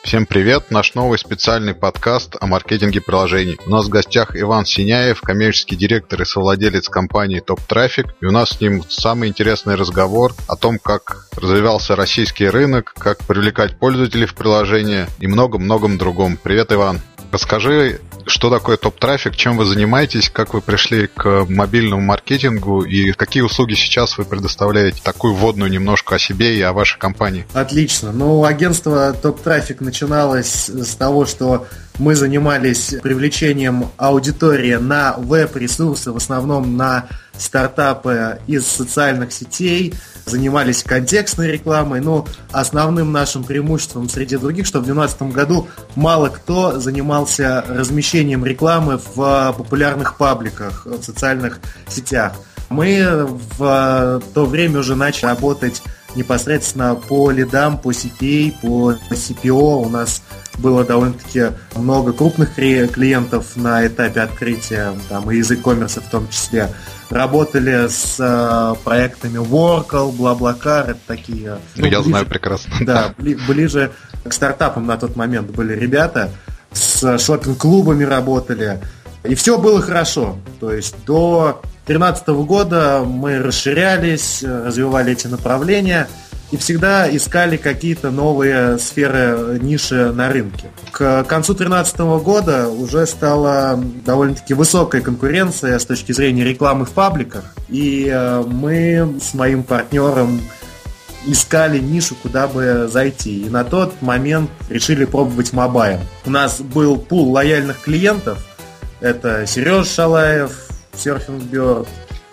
Всем привет! Наш новый специальный подкаст о маркетинге приложений. У нас в гостях Иван Синяев, коммерческий директор и совладелец компании Top Traffic. И у нас с ним самый интересный разговор о том, как развивался российский рынок, как привлекать пользователей в приложение и многом-многом другом. Привет, Иван! Расскажи, что такое Top Traffic, чем вы занимаетесь, как вы пришли к мобильному маркетингу и какие услуги сейчас вы предоставляете? Такую вводную немножко о себе и о вашей компании. Отлично. Агентство Top Traffic начиналось с того, что мы занимались привлечением аудитории на веб-ресурсы, в основном на стартапы из социальных сетей, занимались контекстной рекламой, основным нашим преимуществом среди других, что в 2012 году мало кто занимался размещением рекламы в популярных пабликах, в социальных сетях. Мы в то время уже начали работать непосредственно по лидам, по CPA, по CPO. У нас было довольно-таки много крупных клиентов на этапе открытия, и из e-commerce в том числе. Работали с проектами Workl, BlaBlaCar, это такие... Я знаю прекрасно. Да, ближе к стартапам на тот момент были ребята, с шоппинг-клубами работали, и все было хорошо. То есть до 2013 года мы расширялись, развивали эти направления и всегда искали какие-то новые сферы, ниши на рынке. К концу 2013 года уже стала довольно-таки высокая конкуренция с точки зрения рекламы в пабликах, и мы с моим партнером искали нишу, куда бы зайти. И на тот момент решили пробовать мобайл. У нас был пул лояльных клиентов. Это Сереж Шалаев, Surfing Bird,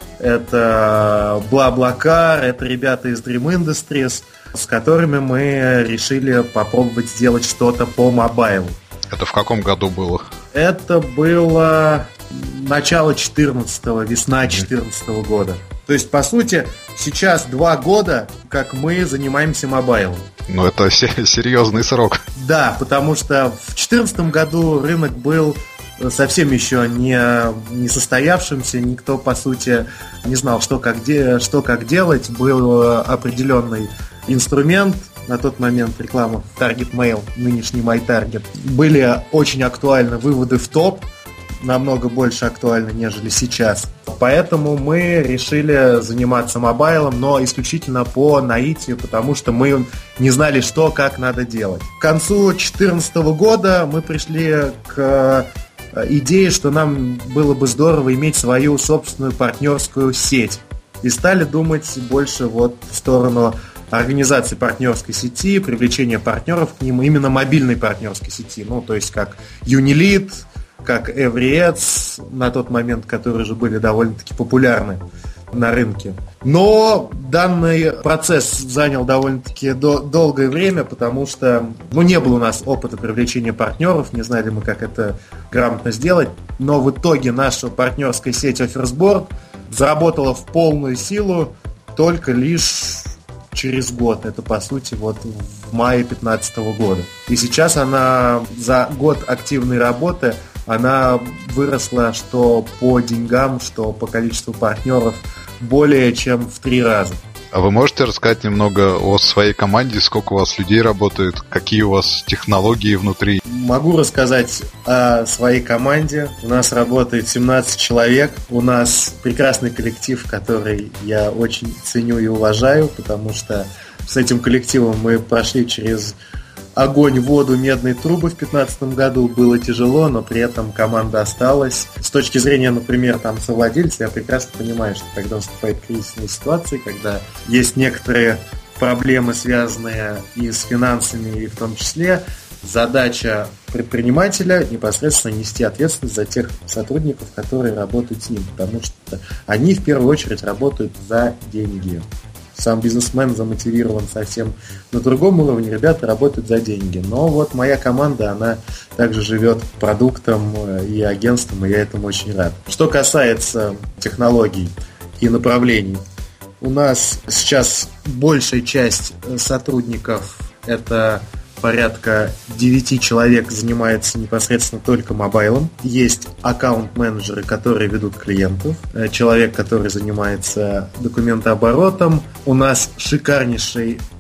это BlaBlaCar, это ребята из Dream Industries, с которыми мы решили попробовать сделать что-то по мобайлу. Это в каком году было? Это было начало 14-го, весна 14-го года. То есть, по сути, сейчас 2 года, как мы занимаемся мобайлом. Это серьезный срок. Да, потому что в 2014 году рынок был совсем еще не состоявшимся, никто, по сути, не знал, что как делать. Был определенный инструмент, на тот момент реклама Target Mail, нынешний MyTarget. Были очень актуальны выводы в топ, намного больше актуальны, нежели сейчас. Поэтому мы решили заниматься мобайлом, но исключительно по наитию, потому что мы не знали, что, как надо делать. К концу 2014 года мы пришли к идее, что нам было бы здорово иметь свою собственную партнерскую сеть. И стали думать больше в сторону организации партнерской сети, привлечения партнеров к ним, именно мобильной партнерской сети. То есть как Unilead, как EveryAds на тот момент, которые же были довольно-таки популярны на рынке. Но данный процесс занял довольно-таки долгое время, потому что не было у нас опыта привлечения партнеров, не знали мы, как это грамотно сделать. Но в итоге наша партнерская сеть OfferSboard заработала в полную силу только лишь через год. Это, по сути, в мае 2015 года. И сейчас она за год активной работы она выросла что по деньгам, что по количеству партнеров более чем в 3 раза. А вы можете рассказать немного о своей команде, сколько у вас людей работает, какие у вас технологии внутри? Могу рассказать о своей команде. У нас работает 17 человек. У нас прекрасный коллектив, который я очень ценю и уважаю, потому что с этим коллективом мы прошли через огонь, воду, медные трубы в 2015 году. Было тяжело, но при этом команда осталась. С точки зрения, например, совладельца, я прекрасно понимаю, что когда наступает кризисная ситуация, когда есть некоторые проблемы, связанные и с финансами, и в том числе, задача предпринимателя непосредственно нести ответственность за тех сотрудников, которые работают с ним, потому что они в первую очередь работают за деньги. Сам бизнесмен замотивирован совсем на другом уровне, ребята работают за деньги. Но моя команда, она также живет продуктом и агентством, и я этому очень рад. Что касается технологий и направлений, у нас сейчас большая часть сотрудников, это порядка 9 человек, занимается непосредственно только мобайлом. Есть аккаунт-менеджеры, которые ведут клиентов, человек, который занимается документооборотом. У нас шикарнейший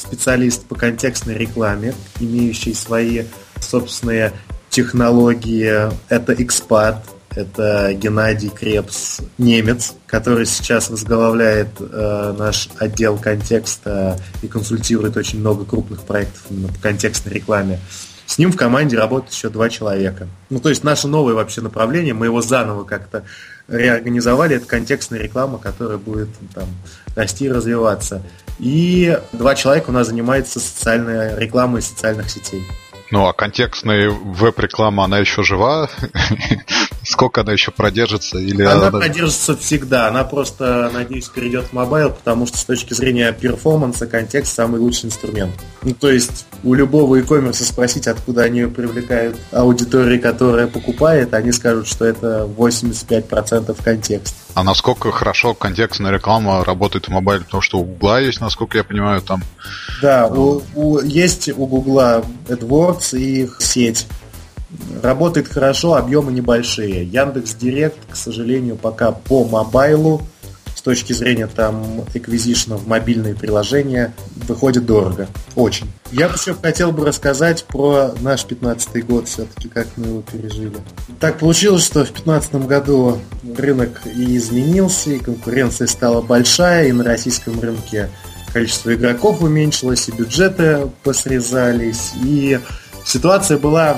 специалист по контекстной рекламе, имеющий свои собственные технологии. Это экспат, это Геннадий Крепс, немец, который сейчас возглавляет наш отдел контекста и консультирует очень много крупных проектов именно по контекстной рекламе. С ним в команде работают еще 2 человека. То есть наше новое вообще направление, мы его заново как-то реорганизовали, это контекстная реклама, которая будет там расти и развиваться. И 2 человека у нас занимаются социальной рекламой социальных сетей. А контекстная веб-реклама, она еще жива? Сколько она еще продержится? Она продержится всегда. Она просто, надеюсь, перейдет в мобайл, потому что с точки зрения перформанса контекст самый лучший инструмент. То есть у любого e-commerce спросить, откуда они привлекают аудиторию, которая покупает, они скажут, что это 85% контекст. А насколько хорошо контекстная реклама работает в мобайле? Потому что у Гугла есть, насколько я понимаю, там... Да, есть у Гугла AdWords и их сеть. Работает хорошо, объемы небольшие. Яндекс.Директ, к сожалению, пока по мобайлу, с точки зрения там acquisition в мобильные приложения, выходит дорого. Очень. Я бы еще хотел бы рассказать про наш 15-й год, все-таки, как мы его пережили. Так получилось, что в 15 году рынок и изменился, и конкуренция стала большая, и на российском рынке количество игроков уменьшилось, и бюджеты посрезались, и ситуация была...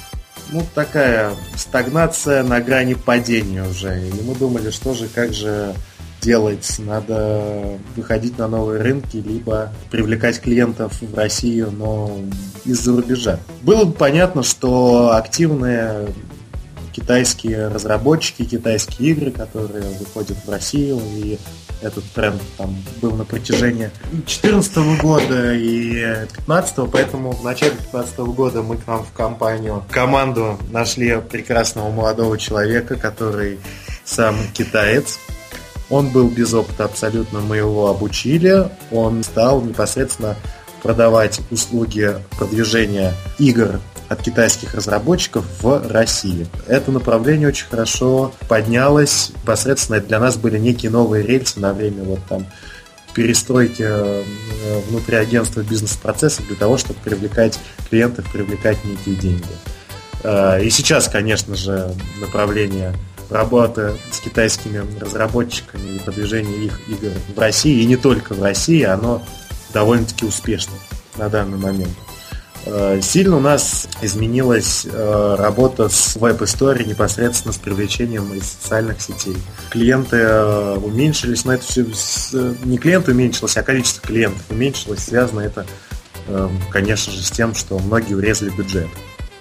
такая стагнация на грани падения уже. И мы думали, как же делать? Надо выходить на новые рынки, либо привлекать клиентов в Россию, но из-за рубежа. Было бы понятно, что активные китайские разработчики, китайские игры, которые выходят в Россию, и этот тренд там был на протяжении 2014 года и 2015, поэтому в начале 2015 года мы к нам в команду нашли прекрасного молодого человека, который сам китаец. Он был без опыта абсолютно, мы его обучили, он стал непосредственно продавать услуги продвижения игр от китайских разработчиков в России. Это направление очень хорошо поднялось. Непосредственно для нас были некие новые рельсы на время перестройки внутри агентства бизнес-процессов для того, чтобы привлекать клиентов, привлекать некие деньги. И сейчас, конечно же, направление работы с китайскими разработчиками и продвижение их игр в России, и не только в России, оно довольно-таки успешно на данный момент. Сильно у нас изменилась работа с веб-историей непосредственно с привлечением из социальных сетей. Клиенты уменьшились, но это все не клиент уменьшился, а количество клиентов уменьшилось. Связано это, конечно же, с тем, что многие урезали бюджет.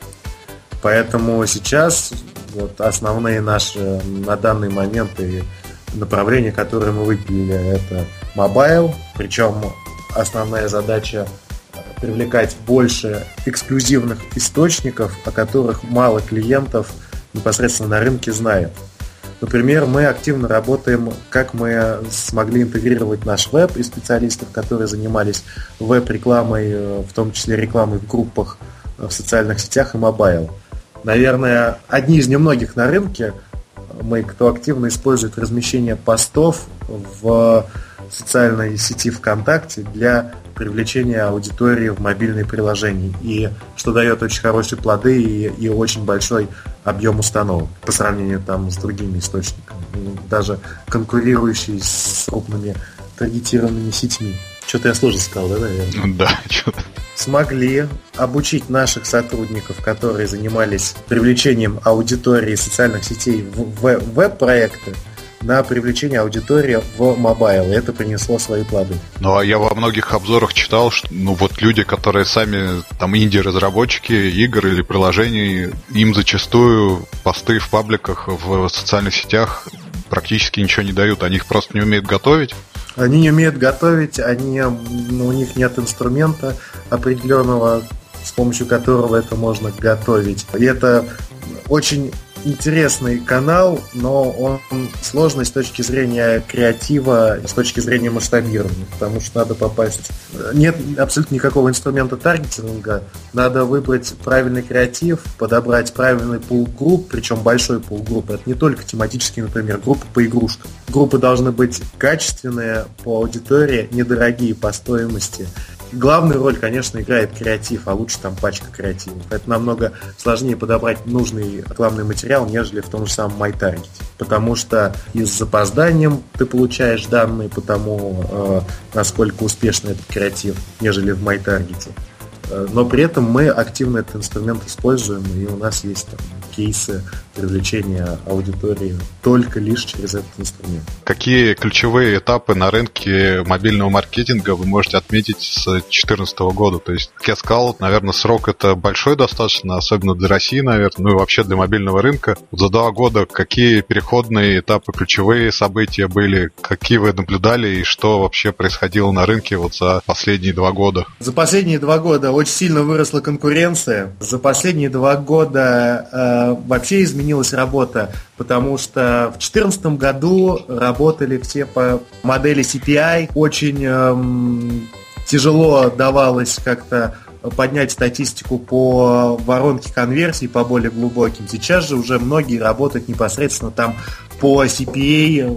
Поэтому сейчас основные наши на данный момент и направления, которые мы выделили, это мобайл, причем основная задача привлекать больше эксклюзивных источников, о которых мало клиентов непосредственно на рынке знает. Например, мы активно работаем, как мы смогли интегрировать наш веб и специалистов, которые занимались веб-рекламой, в том числе рекламой в группах в социальных сетях и мобайл. Наверное, одни из немногих на рынке, кто активно использует размещение постов в социальной сети ВКонтакте для привлечения аудитории в мобильные приложения, и что дает очень хорошие плоды и очень большой объем установок по сравнению с другими источниками, даже конкурирующие с крупными таргетированными сетьми. Что-то я сложно сказал, да, наверное? Да, что-то. Смогли обучить наших сотрудников, которые занимались привлечением аудитории социальных сетей в веб-проекты, на привлечение аудитории в мобайл, и это принесло свои плоды. А я во многих обзорах читал, что люди, которые сами инди-разработчики игр или приложений, им зачастую посты в пабликах в социальных сетях практически ничего не дают, они их просто не умеют готовить. Они не умеют готовить, у них нет инструмента определенного, с помощью которого это можно готовить. И это очень интересный канал, но он сложный с точки зрения креатива, с точки зрения масштабирования, потому что надо попасть... Нет абсолютно никакого инструмента таргетинга, надо выбрать правильный креатив, подобрать правильный пул групп, причем большой пул групп. Это не только тематические, например, группы по игрушкам. Группы должны быть качественные по аудитории, недорогие по стоимости главную роль, конечно, играет креатив, а лучше там пачка креативов. Это намного сложнее подобрать нужный рекламный материал, нежели в том же самом MyTarget. Потому что и с запозданием ты получаешь данные по тому, насколько успешный этот креатив, нежели в MyTarget. Но при этом мы активно этот инструмент используем, и у нас есть там кейсы привлечения аудитории только лишь через этот инструмент. Какие ключевые этапы на рынке мобильного маркетинга вы можете отметить с 2014 года? То есть, как я сказал, наверное, срок это большой достаточно, особенно для России, наверное, ну и вообще для мобильного рынка. За 2 года какие переходные этапы, ключевые события были, какие вы наблюдали и что вообще происходило на рынке вот за последние 2 года? За последние 2 года очень сильно выросла конкуренция. За последние 2 года вообще изменилась работа, потому что в 2014 году работали все по модели CPI. Очень тяжело давалось как-то поднять статистику по воронке конверсий, по более глубоким. Сейчас же уже многие работают непосредственно там по CPA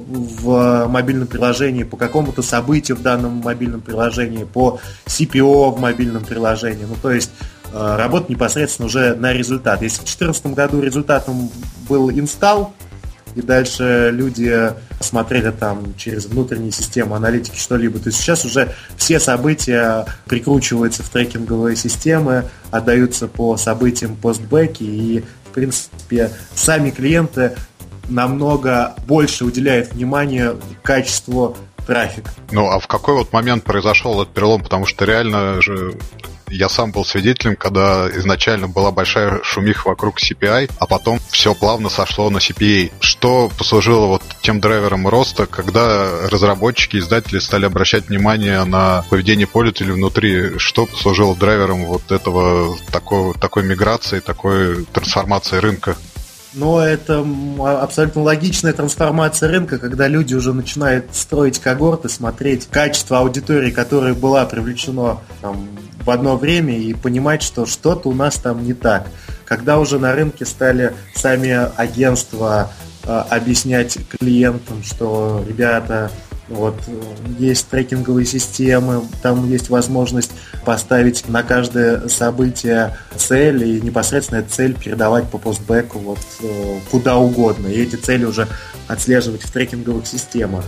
в мобильном приложении, по какому-то событию в данном мобильном приложении, по CPO в мобильном приложении. Ну, то есть работать непосредственно уже на результат. Если в 2014 году результатом был инсталл, и дальше люди смотрели там через внутренние системы аналитики что-либо, то сейчас уже все события прикручиваются в трекинговые системы, отдаются по событиям постбэки, и, в принципе, сами клиенты намного больше уделяют внимание качеству трафика. Ну, а в какой вот момент произошел этот перелом? Потому что реально же я сам был свидетелем, когда изначально была большая шумиха вокруг CPI, а потом все плавно сошло на CPA. Что послужило вот тем драйвером роста, когда разработчики, издатели стали обращать внимание на поведение пользователей внутри? Что послужило драйвером вот этого такой миграции, такой трансформации рынка? Но это абсолютно логичная трансформация рынка, когда люди уже начинают строить когорты, смотреть качество аудитории, которая была привлечена там в одно время, и понимать, что что-то у нас там не так. Когда уже на рынке стали сами агентства объяснять клиентам, что, ребята, вот есть трекинговые системы, там есть возможность поставить на каждое событие цель и непосредственно эту цель передавать по постбэку вот куда угодно. И эти цели уже отслеживать в трекинговых системах.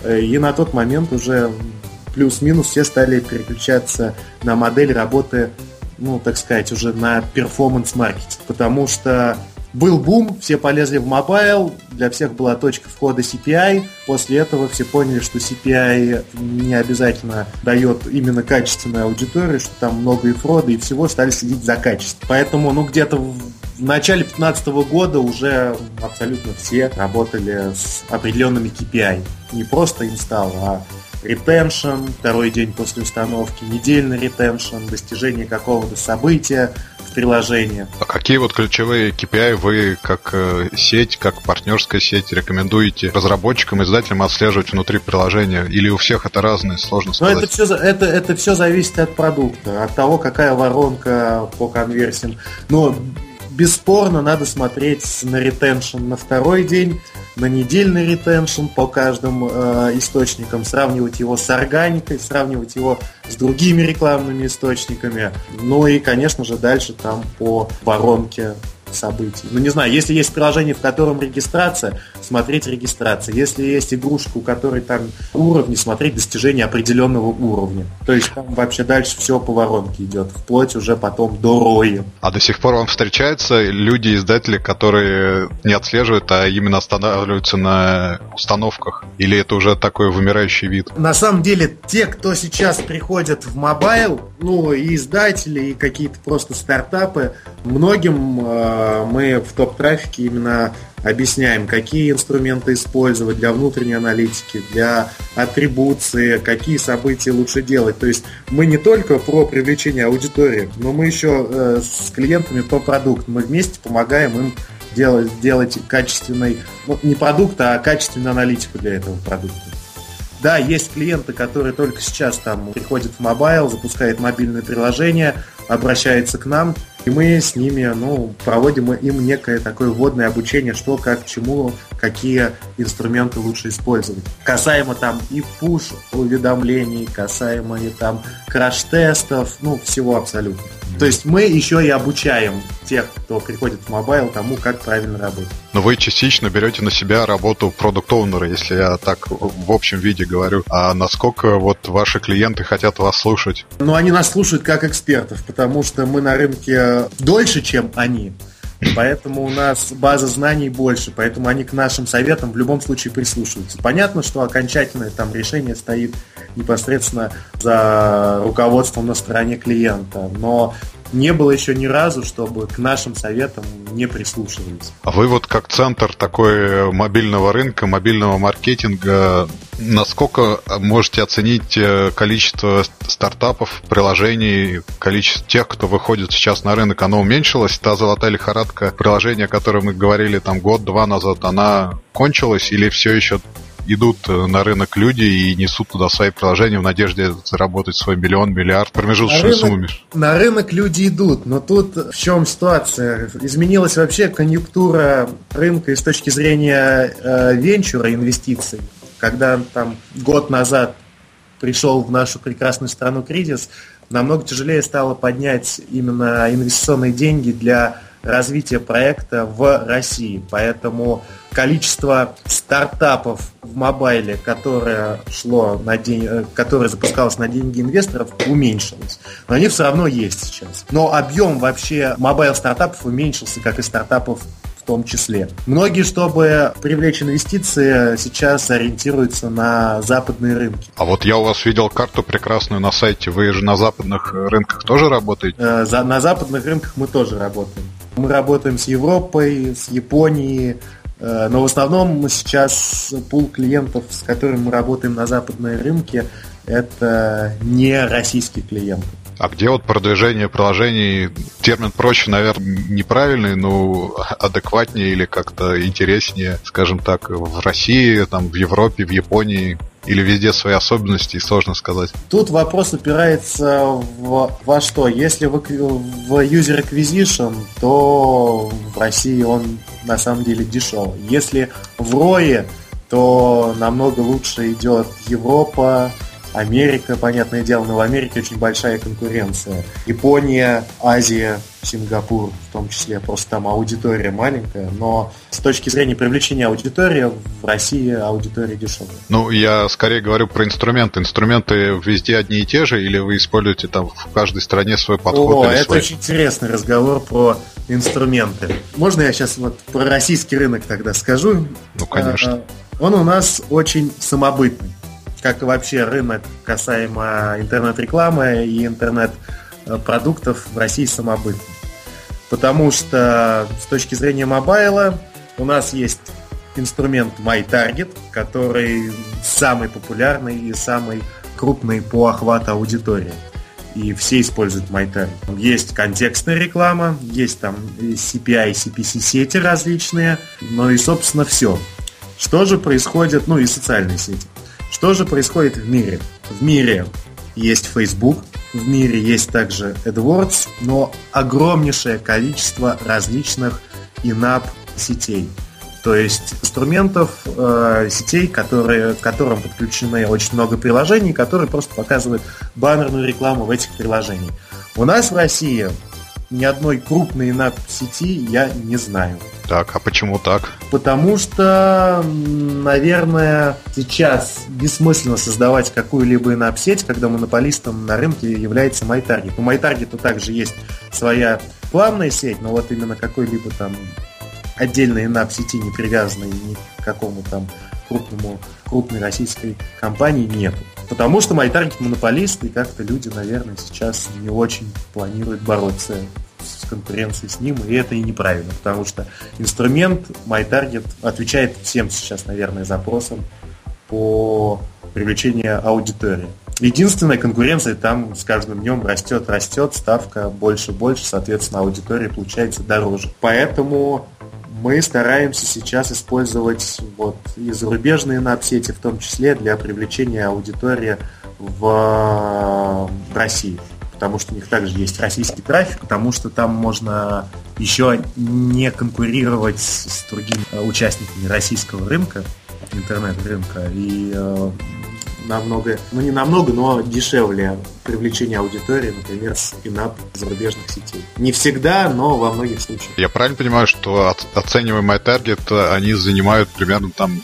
И на тот момент уже плюс-минус все стали переключаться на модель работы, ну, так сказать, уже на перформанс-маркетинг, потому что был бум, все полезли в мобайл, для всех была точка входа CPI. После этого все поняли, что CPI не обязательно дает именно качественную аудиторию, что там много и фрода, и всего, стали следить за качеством. Поэтому, где-то в начале 2015 года уже абсолютно все работали с определенными KPI. Не просто инсталл, а ретеншн, второй день после установки, недельный ретеншн, достижение какого-то события в приложении. А какие вот ключевые KPI вы как сеть, как партнерская сеть рекомендуете разработчикам, издателям отслеживать внутри приложения? Или у всех это разное, сложно сказать? Это все зависит от продукта, от того, какая воронка по конверсиям. Но бесспорно надо смотреть на ретеншн на второй день, на недельный ретеншн по каждым источникам, сравнивать его с органикой, сравнивать его с другими рекламными источниками. Ну и, конечно же, дальше там по воронке событий. Ну, не знаю, если есть приложение, в котором регистрация, смотреть регистрацию. Если есть игрушка, у которой там уровни, смотреть достижение определенного уровня. То есть там вообще дальше все по воронке идет, вплоть уже потом до ROI. А до сих пор вам встречаются люди, издатели, которые не отслеживают, а именно останавливаются на установках? Или это уже такой вымирающий вид? На самом деле, те, кто сейчас приходят в мобайл, ну и издатели, и какие-то просто стартапы, многим мы в топ-трафике именно объясняем, какие инструменты использовать для внутренней аналитики, для атрибуции, какие события лучше делать. То есть мы не только про привлечение аудитории, но мы еще с клиентами про продукт. Мы вместе помогаем им делать качественный, ну, не продукт, а качественную аналитику для этого продукта. Да, есть клиенты, которые только сейчас там приходят в мобайл, запускают мобильное приложение, обращаются к нам, и мы с ними проводим им некое такое вводное обучение, что, как, чему какие инструменты лучше использовать. Касаемо там и пуш-уведомлений, касаемо и там краш-тестов, всего абсолютно. То есть мы еще и обучаем тех, кто приходит в мобайл, тому, как правильно работать. Но вы частично берете на себя работу продукт-оунера, если я так в общем виде говорю. А насколько ваши клиенты хотят вас слушать? Они нас слушают как экспертов, потому что мы на рынке дольше, чем они. Поэтому у нас база знаний больше, поэтому они к нашим советам в любом случае прислушиваются. Понятно, что окончательное там решение стоит непосредственно за руководством на стороне клиента, но не было еще ни разу, чтобы к нашим советам не прислушивались. А вы как центр такой мобильного рынка, мобильного маркетинга, насколько можете оценить количество стартапов, приложений, количество тех, кто выходит сейчас на рынок, оно уменьшилось? Та золотая лихорадка приложения, о которой мы говорили год-два назад, она кончилась или все еще идут на рынок люди и несут туда свои приложения в надежде заработать свой миллиард промежуточную сумму? На рынок люди идут, но тут в чем ситуация? Изменилась вообще конъюнктура рынка и с точки зрения венчура, инвестиций. Когда год назад пришел в нашу прекрасную страну кризис, намного тяжелее стало поднять именно инвестиционные деньги для развития проекта в России. Поэтому количество стартапов в мобайле, которое запускалось на деньги инвесторов, уменьшилось. Но они все равно есть сейчас. Но объем вообще мобайл-стартапов уменьшился, как и стартапов в том числе. Многие, чтобы привлечь инвестиции, сейчас ориентируются на западные рынки. А я у вас видел карту прекрасную на сайте. Вы же на западных рынках тоже работаете? На западных рынках мы тоже работаем. Мы работаем с Европой, с Японией, но в основном сейчас пул клиентов, с которыми мы работаем на западные рынки, это не российские клиенты. А где продвижение приложений? Термин проще, наверное, неправильный, но адекватнее или как-то интереснее, скажем так, в России, в Европе, в Японии? Или везде свои особенности, и сложно сказать? Тут вопрос упирается во что? Если в user acquisition, то в России он на самом деле дешевый. Если в ROI, то намного лучше идет Европа, Америка, понятное дело, но в Америке очень большая конкуренция. Япония, Азия, Сингапур в том числе, просто там аудитория маленькая, но с точки зрения привлечения аудитории в России аудитория дешевая. Я скорее говорю про инструменты. Инструменты везде одни и те же, или вы используете в каждой стране свой подход? Это очень интересный разговор про инструменты. Можно я сейчас про российский рынок тогда скажу? Конечно. Он у нас очень самобытный. Как и вообще рынок касаемо интернет-рекламы и интернет-продуктов в России самобытный. Потому что с точки зрения мобайла у нас есть инструмент MyTarget, который самый популярный и самый крупный по охвату аудитории. И все используют MyTarget. Есть контекстная реклама, есть CPI, CPC сети различные, и, собственно, все. Что же происходит, и социальные сети. Что же происходит в мире? В мире есть Facebook, в мире есть также AdWords, но огромнейшее количество различных in-app сетей. То есть инструментов, сетей, к которым подключены очень много приложений, которые просто показывают баннерную рекламу в этих приложениях. У нас в России ни одной крупной in-app сети я не знаю. Так, а почему так? Потому что, наверное, сейчас бессмысленно создавать какую-либо in-app-сеть, когда монополистом на рынке является MyTarget. У MyTarget также есть своя рекламная сеть, но именно какой-либо отдельной in-app-сети, не привязанной ни к какому крупной российской компании, нет. Потому что MyTarget монополист, и как-то люди, наверное, сейчас не очень планируют бороться с конкуренцией с ним, и это и неправильно, потому что инструмент MyTarget отвечает всем сейчас, наверное, запросам по привлечению аудитории. Единственная конкуренция там с каждым днем растет, ставка больше, соответственно, аудитория получается дороже. Поэтому мы стараемся сейчас использовать и зарубежные in-app-сети, в том числе для привлечения аудитории в России. потому что у них также есть российский трафик, потому что там можно еще не конкурировать с другими участниками российского рынка, интернет-рынка, и намного, не намного, но дешевле привлечение аудитории, например, с in-app зарубежных сетей. Не всегда, но во многих случаях. Я правильно понимаю, что оцениваемый таргет, они занимают примерно там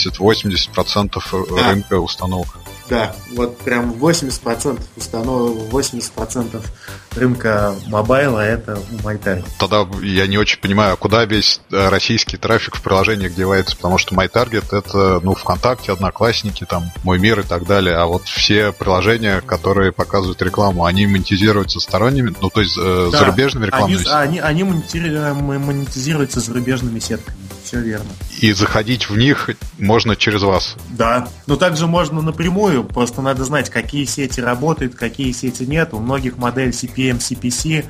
70-80% рынка установок? Да, вот прям 80% установок, 80% рынка мобайла это MyTarget. Тогда я не очень понимаю, куда весь российский трафик в приложениях девается, потому что MyTarget это, ВКонтакте, Одноклассники, там, Мой Мир и так далее, а вот все приложения, которые показывают рекламу, они монетизируются сторонними, то есть зарубежными рекламами? Они монетизируются зарубежными сетками, все верно. И заходить в них можно через вас? Да, но также можно напрямую, просто надо знать, какие сети работают, какие сети нет. У многих модель CPM, CPC,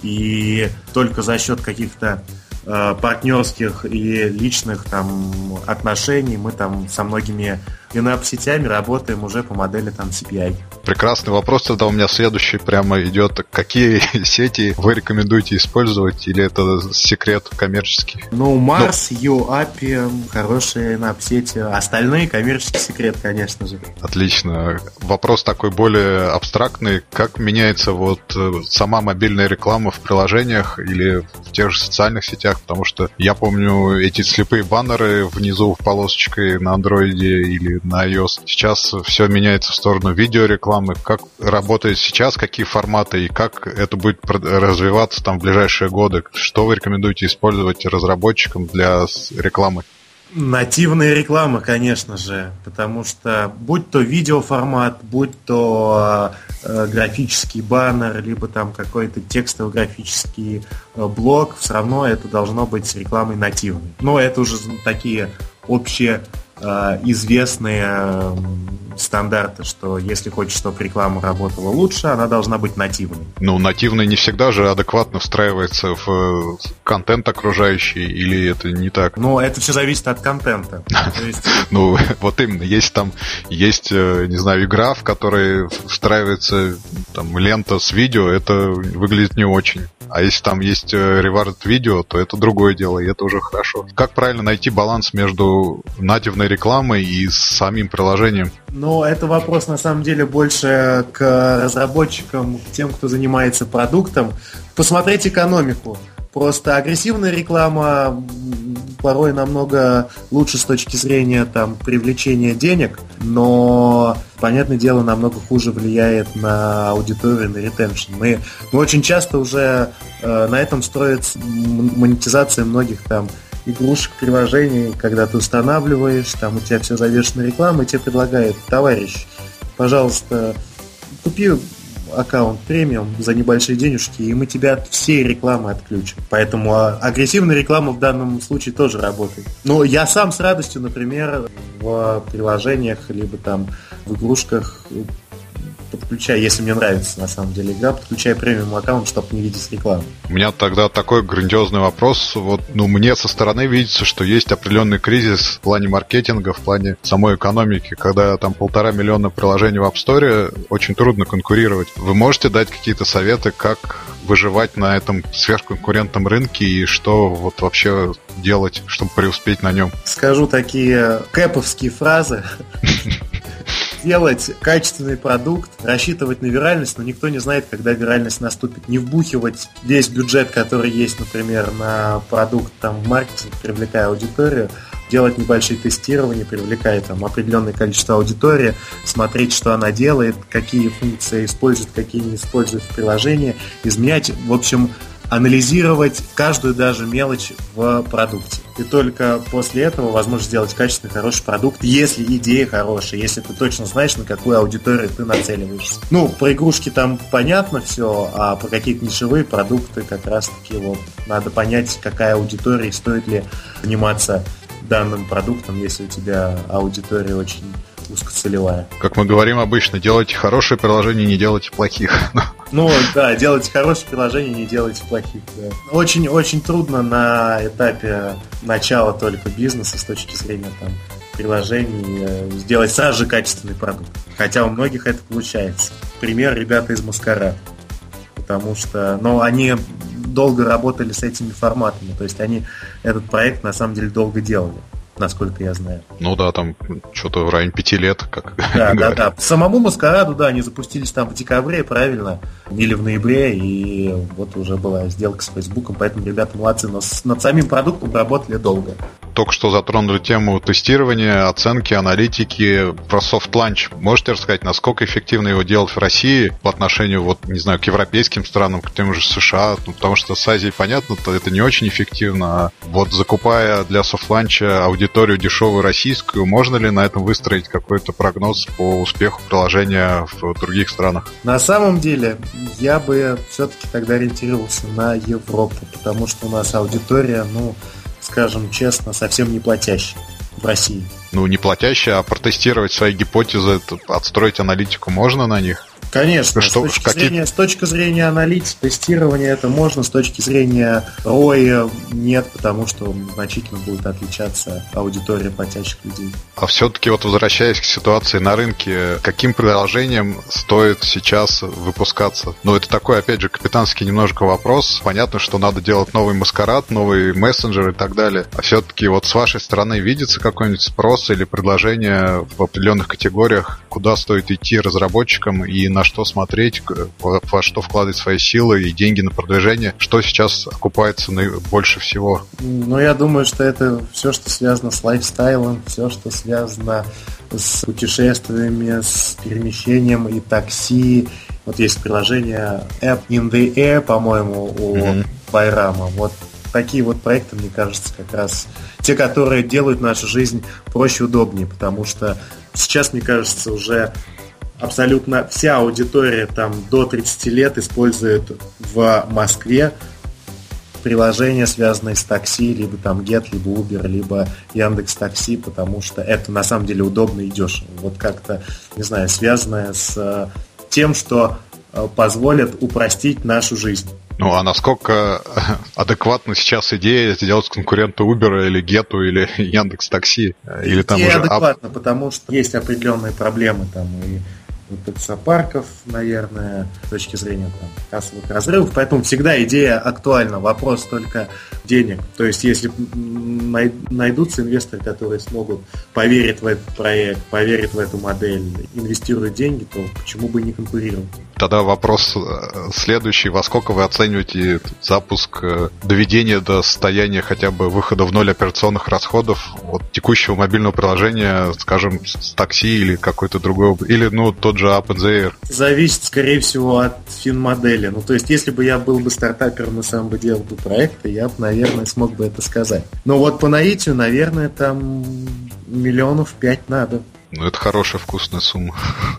и только за счет каких-то партнерских и личных там отношений мы там со многими in-app-сетями работаем уже по модели там CPI. Прекрасный вопрос тогда у меня следующий прямо идет. Какие сети вы рекомендуете использовать, или это секрет коммерческий? Mars, UAPI, хорошие in-app-сети. Остальные коммерческий секрет, конечно же. Отлично. Вопрос такой более абстрактный. Как меняется сама мобильная реклама в приложениях или в тех же социальных сетях? Потому что я помню эти слепые баннеры внизу в полосочкой на андроиде или на iOS. Сейчас все меняется в сторону видеорекламы. Как работает сейчас, какие форматы и как это будет развиваться там в ближайшие годы? Что вы рекомендуете использовать разработчикам для рекламы? Нативная реклама, конечно же, потому что будь то видеоформат, будь то графический баннер, либо там какой-то текстовый графический блок, все равно это должно быть рекламой нативной. Но это уже такие общие известные стандарты, что если хочешь, чтобы реклама работала лучше, она должна быть нативной. Нативная не всегда же адекватно встраивается в контент окружающий, или это не так? Это все зависит от контента. Вот именно. Есть, не знаю, игра, в которой встраивается там лента с видео, это выглядит не очень. А если там есть rewarded видео, то это другое дело, и это уже хорошо. Как правильно найти баланс между нативной рекламой и самим приложением? Это вопрос, на самом деле, больше к разработчикам, к тем, кто занимается продуктом. Посмотреть экономику. Просто агрессивная реклама порой намного лучше с точки зрения привлечения денег, но, понятное дело, намного хуже влияет на аудиторию, на ретеншн. Мы очень часто уже на этом строится монетизация многих игрушек, приложений, когда ты устанавливаешь, у тебя все завешено рекламой, тебе предлагают: товарищ, пожалуйста, купи аккаунт премиум за небольшие денежки, и мы тебя от всей рекламы отключим. Поэтому агрессивная реклама в данном случае тоже работает. Но я сам с радостью, например, в приложениях либо в игрушках подключаю, если мне нравится на самом деле игра, подключаю премиум аккаунт, чтобы не видеть рекламу. У меня тогда такой грандиозный вопрос. Мне со стороны видится, что есть определенный кризис в плане маркетинга, в плане самой экономики, когда 1,5 миллиона приложений в App Store, очень трудно конкурировать. Вы можете дать какие-то советы, как выживать на этом сверхконкурентном рынке и что вообще делать, чтобы преуспеть на нем? Скажу такие кэповские фразы. Делать качественный продукт, рассчитывать на виральность, но никто не знает, когда виральность наступит. Не вбухивать весь бюджет, который есть, например, на продукт в маркетинг, привлекая аудиторию, делать небольшие тестирования, привлекая определенное количество аудитории, смотреть, что она делает, какие функции использует, какие не использует в приложении, изменять, в общем, анализировать каждую даже мелочь в продукте. И только после этого возможно сделать качественный, хороший продукт, если идея хорошая, если ты точно знаешь, на какую аудиторию ты нацеливаешься. Про игрушки понятно все, а про какие-то нишевые продукты как раз-таки надо понять, какая аудитория и стоит ли заниматься данным продуктом, если у тебя аудитория очень узкоцелевая. Как мы говорим обычно, делайте хорошие приложения, не делайте плохих. Делайте хорошие приложения, не делайте плохих. Да. Очень трудно на этапе начала только бизнеса с точки зрения приложений сделать сразу же качественный продукт. Хотя у многих это получается. Пример: ребята из Маскара. потому что, они долго работали с этими форматами, то есть они этот проект на самом деле долго делали, насколько я знаю. Ну да, там что-то в районе 5 лет, как Да. Самому Маскараду, да, они запустились там в декабре, правильно, или в ноябре, и вот уже была сделка с Фейсбуком, поэтому ребята молодцы, но над самим продуктом работали долго. Только что затронули тему тестирования, оценки, аналитики. Про Soft Launch можете рассказать, насколько эффективно его делать в России по отношению, к европейским странам, к тем же США? Потому что с Азией, понятно, это не очень эффективно. А вот закупая для Soft Launch аудиторию дешевую российскую, можно ли на этом выстроить какой-то прогноз по успеху приложения в других странах? На самом деле, я бы все-таки тогда ориентировался на Европу, потому что у нас аудитория, скажем честно, совсем не платящая в России. Не платящая, а протестировать свои гипотезы, отстроить аналитику можно на них? Конечно, с точки зрения аналитики, тестирования это можно, с точки зрения ROI нет, потому что значительно будет отличаться аудитория платящих людей. А все-таки возвращаясь к ситуации на рынке, каким приложением стоит сейчас выпускаться? Это такой, опять же, капитанский немножко вопрос. Понятно, что надо делать новый Маскарад, новый мессенджер и так далее. А все-таки с вашей стороны видится какой-нибудь спрос или предложение в определенных категориях, куда стоит идти разработчикам и на что смотреть, во что вкладывать свои силы и деньги на продвижение, что сейчас окупается больше всего? Я думаю, что это все, что связано с лайфстайлом, все, что связано с путешествиями, с перемещением и такси. Есть приложение App in the Air, по-моему, у Байрама. Такие проекты, мне кажется, как раз те, которые делают нашу жизнь проще и удобнее, потому что сейчас, мне кажется, уже абсолютно вся аудитория до 30 лет использует в Москве приложения, связанные с такси, либо Get, либо Uber, либо Яндекс.Такси, потому что это на самом деле удобно и дешево. Как-то, не знаю, связанное с тем, что позволит упростить нашу жизнь. А насколько адекватна сейчас идея сделать конкурента Uber или Get или Яндекс.Такси? Или там уже адекватно, потому что есть определенные проблемы и таксопарков, наверное, с точки зрения кассовых разрывов. Поэтому всегда идея актуальна. Вопрос только денег. То есть, если найдутся инвесторы, которые смогут поверить в этот проект, поверить в эту модель, инвестируют деньги, то почему бы не конкурировать? Тогда вопрос следующий. Во сколько вы оцениваете запуск, доведение до состояния хотя бы выхода в ноль операционных расходов от текущего мобильного приложения, скажем, с такси или какой-то другой, или тот же Up in the Air? Зависит, скорее всего, от финмодели. То есть, если бы я был бы стартапером и сам бы делал бы проекты, я бы, наверное, смог бы это сказать. Но по наитию, наверное, там 5 миллионов надо. Это хорошая, вкусная сумма.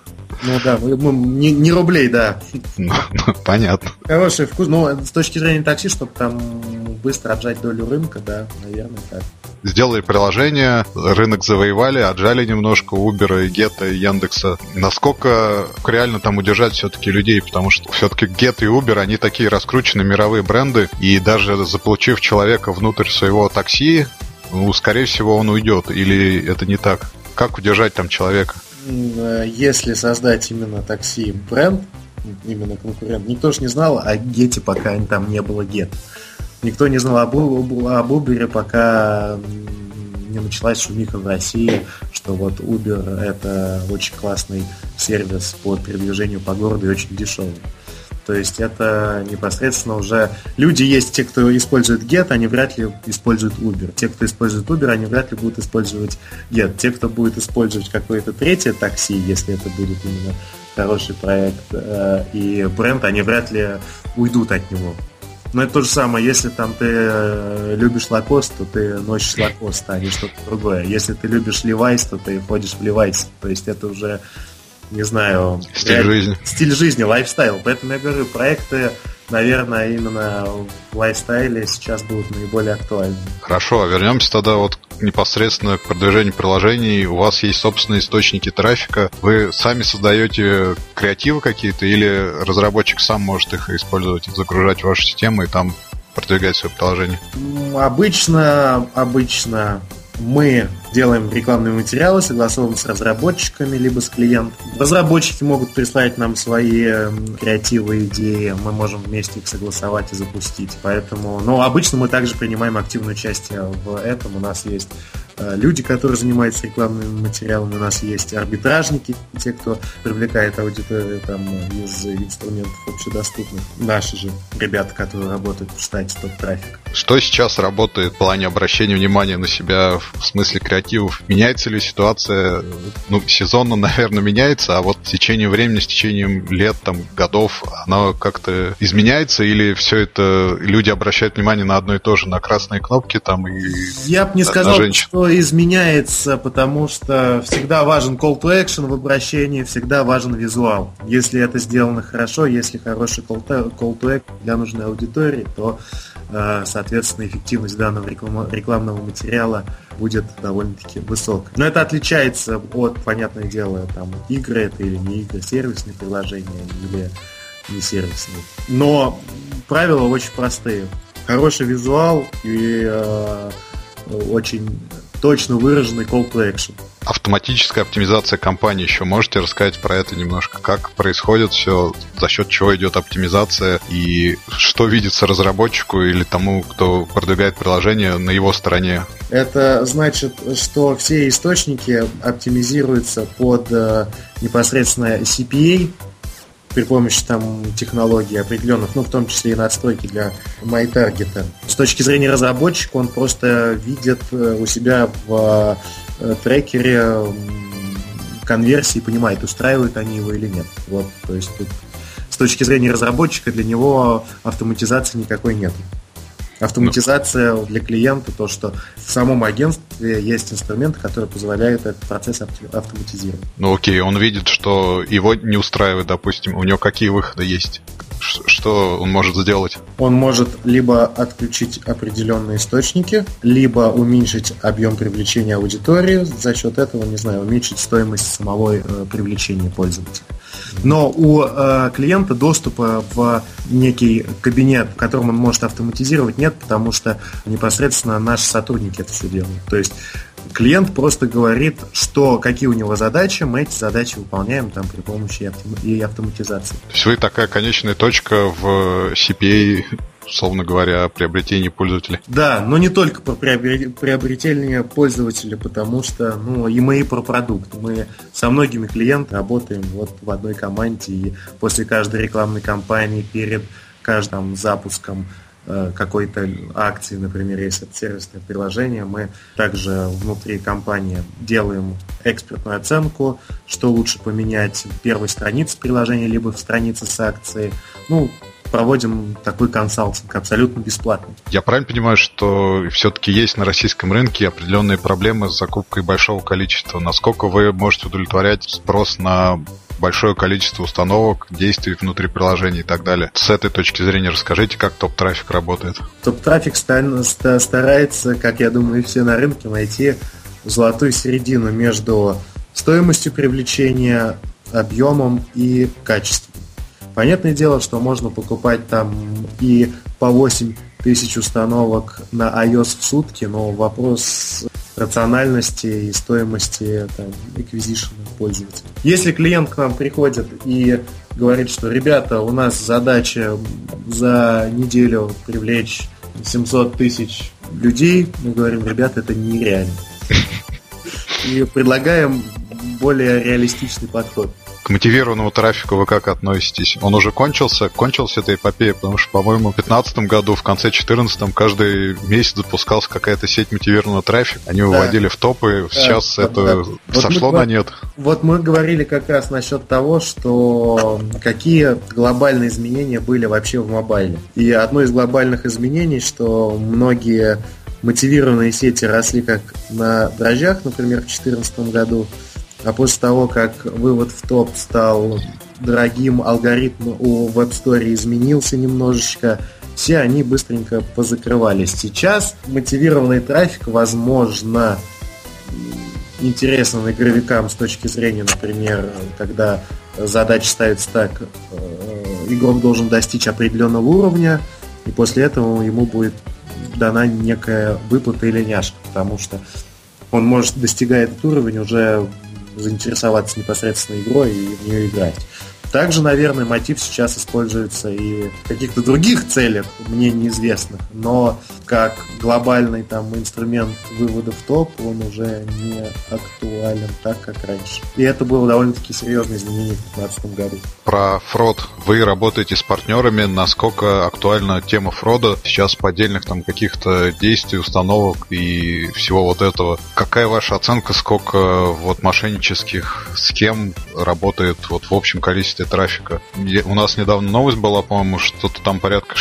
Не рублей, да. Понятно. Хороший вкус. С точки зрения такси, чтобы там быстро отжать долю рынка, да, наверное, так. Сделали приложение, рынок завоевали, отжали немножко Uber, Get и Яндекса. Насколько реально там удержать все-таки людей? Потому что все-таки Get и Uber, они такие раскрученные мировые бренды, и даже заполучив человека внутрь своего такси, скорее всего, он уйдет. Или это не так? Как удержать там человека? Если создать именно такси бренд, именно конкурент, никто же не знал о Get, пока там не было Get. Никто не знал об Uber, пока не началась шумиха в России, что Uber это очень классный сервис по передвижению по городу и очень дешевый. То есть это непосредственно уже... Люди есть, те, кто использует Get, они вряд ли используют Uber. Те, кто использует Uber, они вряд ли будут использовать Get. Те, кто будет использовать какое-то третье такси, если это будет именно хороший проект и бренд, они вряд ли уйдут от него. Но это то же самое, если ты любишь Lacoste, то ты носишь Lacoste, а не что-то другое. Если ты любишь Levi's, то ты ходишь в Levi's. То есть это уже, не знаю... Стиль жизни. Стиль жизни, лайфстайл. Поэтому я говорю, проекты, наверное, именно в лайфстайле сейчас будут наиболее актуальны. Хорошо, а вернемся тогда непосредственно к продвижению приложений. У вас есть собственные источники трафика. Вы сами создаете креативы какие-то или разработчик сам может их использовать, загружать в вашу систему и там продвигать свое приложение? Обычно Мы делаем рекламные материалы, согласовываем с разработчиками, либо с клиентом. Разработчики могут прислать нам свои креативы, идеи, мы можем вместе их согласовать и запустить. Поэтому, обычно мы также принимаем активное участие в этом. У нас есть люди, которые занимаются рекламными материалами, у нас есть арбитражники, те, кто привлекает аудиторию из инструментов общедоступных. Наши же ребята, которые работают в штате топ-трафик. Что сейчас работает в плане обращения внимания на себя в смысле креативов? Меняется ли ситуация? Сезонно, наверное, меняется, а вот в течение времени, с течением лет, годов, она как-то изменяется, или все это люди обращают внимание на одно и то же, на красные кнопки и Я бы не сказал, что изменяется, потому что всегда важен call to action в обращении, всегда важен визуал. Если это сделано хорошо, если хороший call to action для нужной аудитории, то соответственно, эффективность данного рекламного материала будет довольно-таки высокой. Но это отличается от, понятное дело, игры это или не игры, сервисные приложения или не сервисные. Но правила очень простые. Хороший визуал и очень точно выраженный call to action. Автоматическая оптимизация кампании еще можете рассказать про это немножко? Как происходит все, за счет чего идет оптимизация и что видится разработчику или тому, кто продвигает приложение на его стороне? Это значит, что все источники оптимизируются под непосредственно CPA при помощи технологий определенных, в том числе и надстройки для MyTarget. С точки зрения разработчика он просто видит у себя в трекере конверсии, понимает, устраивают они его или нет. То есть тут, с точки зрения разработчика для него автоматизации никакой нет. Автоматизация для клиента, то, что в самом агентстве есть инструмент, который позволяет этот процесс автоматизировать. Окей, он видит, что его не устраивает, допустим, у него какие выходы есть? Что он может сделать? Он может либо отключить определенные источники, либо уменьшить объем привлечения аудитории, за счет этого, уменьшить стоимость самого привлечения пользователя. Но у клиента доступа в некий кабинет, в котором он может автоматизировать, нет, потому что непосредственно наши сотрудники это все делают. То есть клиент просто говорит, какие у него задачи, мы эти задачи выполняем при помощи и автоматизации. То есть вы такая конечная точка в CPA, условно говоря, приобретении пользователей? Да, но не только про приобретение пользователя, потому что и мы и про продукт. Мы со многими клиентами работаем в одной команде, и после каждой рекламной кампании, перед каждым запуском какой-то акции, например, если это сервисное приложение, мы также внутри компании делаем экспертную оценку, что лучше поменять в первой странице приложения, либо в странице с акцией. Проводим такой консалтинг абсолютно бесплатный. Я правильно понимаю, что все-таки есть на российском рынке определенные проблемы с закупкой большого количества? Насколько вы можете удовлетворять спрос на большое количество установок, действий внутри приложений и так далее? С этой точки зрения расскажите, как топ-трафик работает. Топ-трафик старается, как я думаю, и все на рынке, найти золотую середину между стоимостью привлечения, объемом и качеством. Понятное дело, что можно покупать и по 8 тысяч установок на iOS в сутки, но вопрос рациональности и стоимости acquisition пользователя. Если клиент к нам приходит и говорит, что ребята, у нас задача за неделю привлечь 700 тысяч людей, мы говорим, ребята, это нереально. И предлагаем более реалистичный подход. К мотивированному трафику вы как относитесь? Он уже кончился эта эпопея, потому что, по-моему, в 2015 году, в конце 2014 каждый месяц запускалась какая-то сеть мотивированного трафика. Они выводили в топы, сейчас это сошло на нет. Вот мы говорили как раз насчет того, что какие глобальные изменения были вообще в мобайле. И одно из глобальных изменений, что многие мотивированные сети росли как на дрожжах, например, в 2014 году, а после того, как вывод в топ стал дорогим, алгоритм у Web Store изменился немножечко, все они быстренько позакрывались. Сейчас мотивированный трафик, возможно, интересен игровикам с точки зрения, например, когда задача ставится так, игрок должен достичь определенного уровня, и после этого ему будет дана некая выплата или няшка, потому что он может, достигая этот уровень, уже заинтересоваться непосредственно игрой и в нее играть. Также, наверное, мотив сейчас используется и в каких-то других целях, мне неизвестных, но как глобальный там инструмент вывода в топ, он уже не актуален так, как раньше. И это было довольно-таки серьезное изменение в 2015 году. Про фрод. Вы работаете с партнерами. Насколько актуальна тема фрода сейчас поддельных там каких-то действий, установок и всего вот этого? Какая ваша оценка, сколько вот мошеннических схем работает вот в общем количестве трафика? У нас недавно новость была, по-моему, что-то там порядка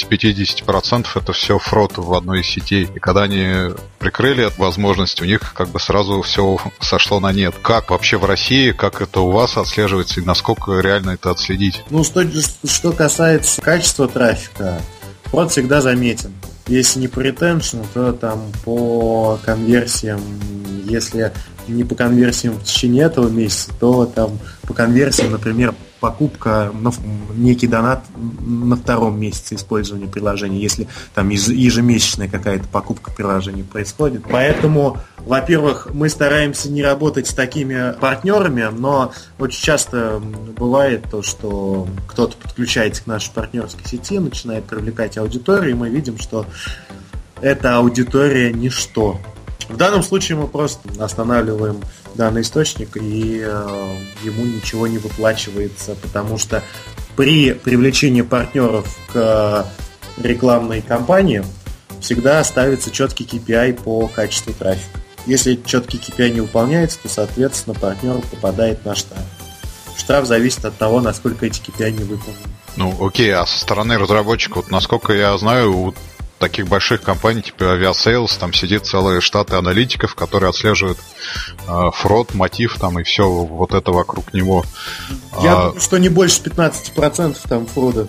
60-50% это все фрод в одной из сетей. И когда они прикрыли эту возможность, у них как бы сразу все сошло на нет. Как вообще в России, как это у вас отслеживается и насколько реально это отследить? Ну, что касается качества трафика, фрод всегда заметен. Если не по ретеншну, то там по конверсиям, если не по конверсиям в течение этого месяца, то там по конверсиям, например, покупка, некий донат на втором месяце использования приложения, если там ежемесячная какая-то покупка приложения происходит. Поэтому, во-первых, мы стараемся не работать с такими партнерами, но очень часто бывает то, что кто-то подключается к нашей партнерской сети, начинает привлекать аудиторию, и мы видим, что эта аудитория ничто. В данном случае мы просто останавливаем данный источник, и ему ничего не выплачивается, потому что при привлечении партнеров к рекламной кампании всегда ставится четкий KPI по качеству трафика. Если четкий KPI не выполняется, то, соответственно, партнер попадает на штраф. Штраф зависит от того, насколько эти KPI не выполнены. Ну, окей, а со стороны разработчиков, вот, насколько я знаю, у таких больших компаний типа Aviasales, там сидит целые штаты аналитиков, которые отслеживают фрод, мотив там и все вот это вокруг него. Я думаю, что не больше 15% там фрода.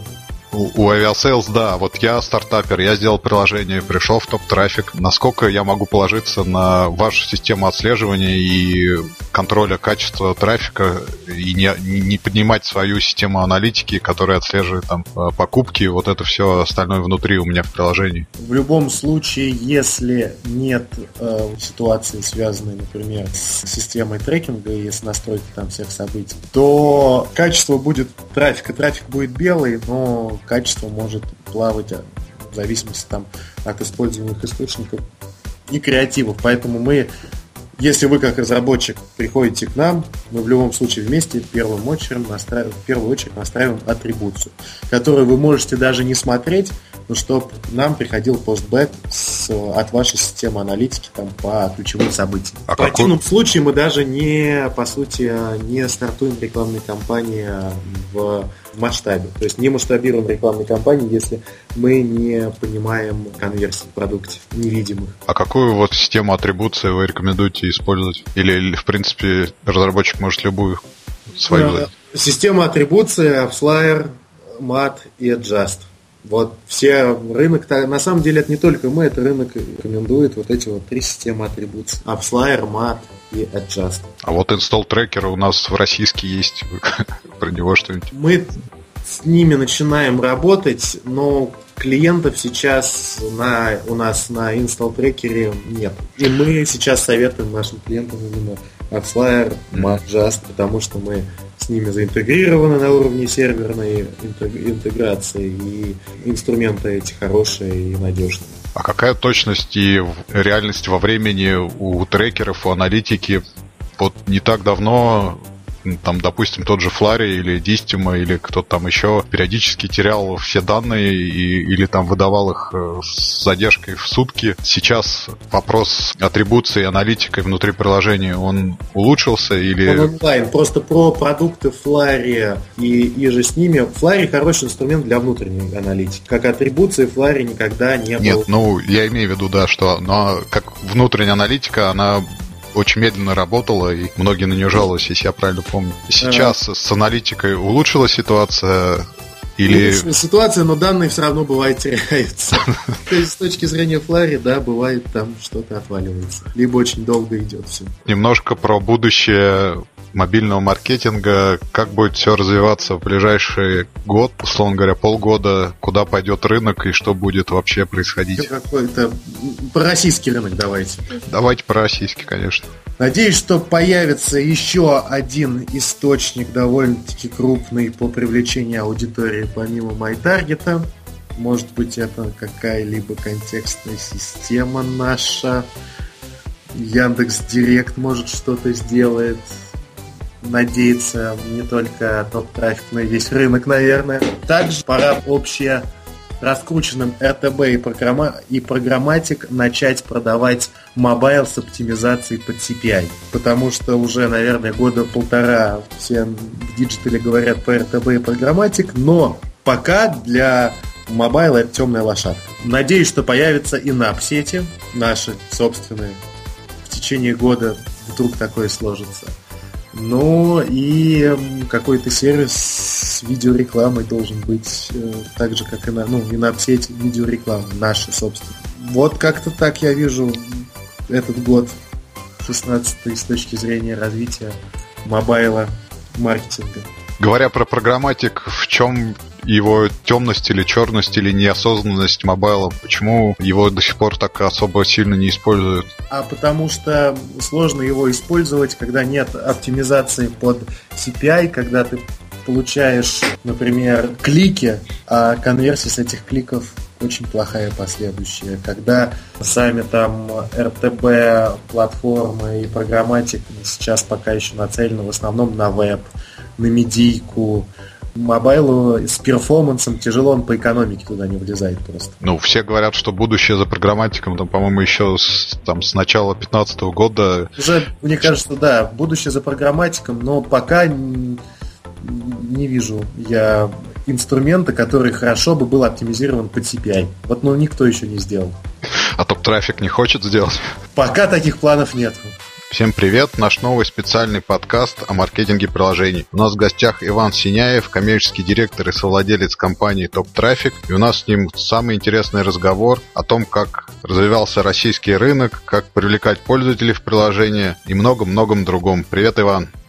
У Aviasales, да, вот я стартапер, я сделал приложение, пришел в топ-трафик. Насколько я могу положиться на вашу систему отслеживания и контроля качества трафика и не поднимать свою систему аналитики, которая отслеживает там покупки, вот это все остальное внутри у меня в приложении? В любом случае, если нет ситуации, связанной, например, с системой трекинга и с настройкой там всех событий, то качество будет трафик будет белый, но качество может плавать в зависимости там, от используемых источников и креативов. Поэтому мы, если вы как разработчик приходите к нам, мы в любом случае вместе в первую очередь настраиваем атрибуцию, которую вы можете даже не смотреть, но чтобы нам приходил постбэк от вашей системы аналитики там, по ключевым событиям. В противном случае мы даже по сути, не стартуем рекламные кампании в масштабе. То есть не масштабируем рекламные кампании, если мы не понимаем конверсии в продукте, не видим их. А какую вот систему атрибуции вы рекомендуете использовать? Или в принципе, разработчик может любую свою? Система атрибуции, AppsFlyer, MAT и Adjust. Вот все рынок, на самом деле это не только мы, это рынок рекомендует вот эти вот 3 системы атрибуций. AppsFlyer, MAT и Adjust. А вот install трекеры у нас в российский есть. Про него что-нибудь? Мы с ними начинаем работать, но клиентов сейчас у нас на install трекере нет. И мы сейчас советуем нашим клиентам именно AppsFlyer, MAT, Adjust, потому что мы с ними заинтегрированы на уровне серверной интеграции, и инструменты эти хорошие и надежные. А какая точность и реальность во времени у трекеров, у аналитики? Вот не так давно, там, допустим, тот же Flurry или Distimo или кто-то там еще периодически терял все данные или там выдавал их с задержкой в сутки. Сейчас вопрос атрибуции аналитикой внутри приложения, он улучшился или... Он онлайн. Просто про продукты Flurry и же с ними. Flurry хороший инструмент для внутренней аналитики. Как атрибуции Flurry никогда не было. Нет, ну, я имею в виду, да, что но как внутренняя аналитика, она очень медленно работала, и многие на нее жаловались, если я правильно помню. Сейчас с аналитикой улучшилась ситуация? Или... Улучшилась ситуация, но данные все равно бывает теряются. То есть с точки зрения Flurry, да, бывает там что-то отваливается. Либо очень долго идет все. Немножко про будущее мобильного маркетинга. Как будет все развиваться в ближайший год, условно говоря, полгода, куда пойдет рынок и что будет вообще происходить? Какой-то про российский рынок давайте. Давайте про российский, конечно. Надеюсь, что появится еще один источник довольно-таки крупный по привлечению аудитории помимо MyTarget. Может быть, это какая-либо контекстная система наша. Яндекс.Директ может что-то сделает. Надеяться не только топ-трафик, но и весь рынок, наверное. Также пора общее раскрученным РТБ и программатик начать продавать мобайл с оптимизацией под CPI. Потому что уже, наверное, года полтора все в диджитале говорят по РТБ и программатик, но пока для мобайла это темная лошадка. Надеюсь, что появятся и напсети наши собственные. В течение года вдруг такое сложится. Ну и какой-то сервис с видеорекламой должен быть, так же, как и на апсете видеореклама, наша, собственно. Вот как-то так я вижу этот год, 16-й, с точки зрения развития мобайла, маркетинга. Говоря про программатик, в чем его темность или черность или неосознанность мобайла? Почему его до сих пор так особо сильно не используют? А потому что сложно его использовать, когда нет оптимизации под CPI, когда ты получаешь, например, клики, а конверсия с этих кликов очень плохая последующая. Когда сами там РТБ, платформы и программатик сейчас пока еще нацелены в основном на веб, на медийку. Мобайлу с перформансом тяжело, он по экономике туда не влезает просто. Ну, все говорят, что будущее за программатиком, там, по-моему, еще с начала 2015 года. Уже, мне кажется, да, будущее за программатиком, но пока не вижу я инструмента, который хорошо бы был оптимизирован под CPI. Вот, никто еще не сделал. А топ-трафик не хочет сделать? Пока таких планов нет. Всем привет! Наш новый специальный подкаст о маркетинге приложений. У нас в гостях Иван Синяев, коммерческий директор и совладелец компании Top Traffic. И у нас с ним самый интересный разговор о том, как развивался российский рынок, как привлекать пользователей в приложение и многом-многом другом. Привет, Иван!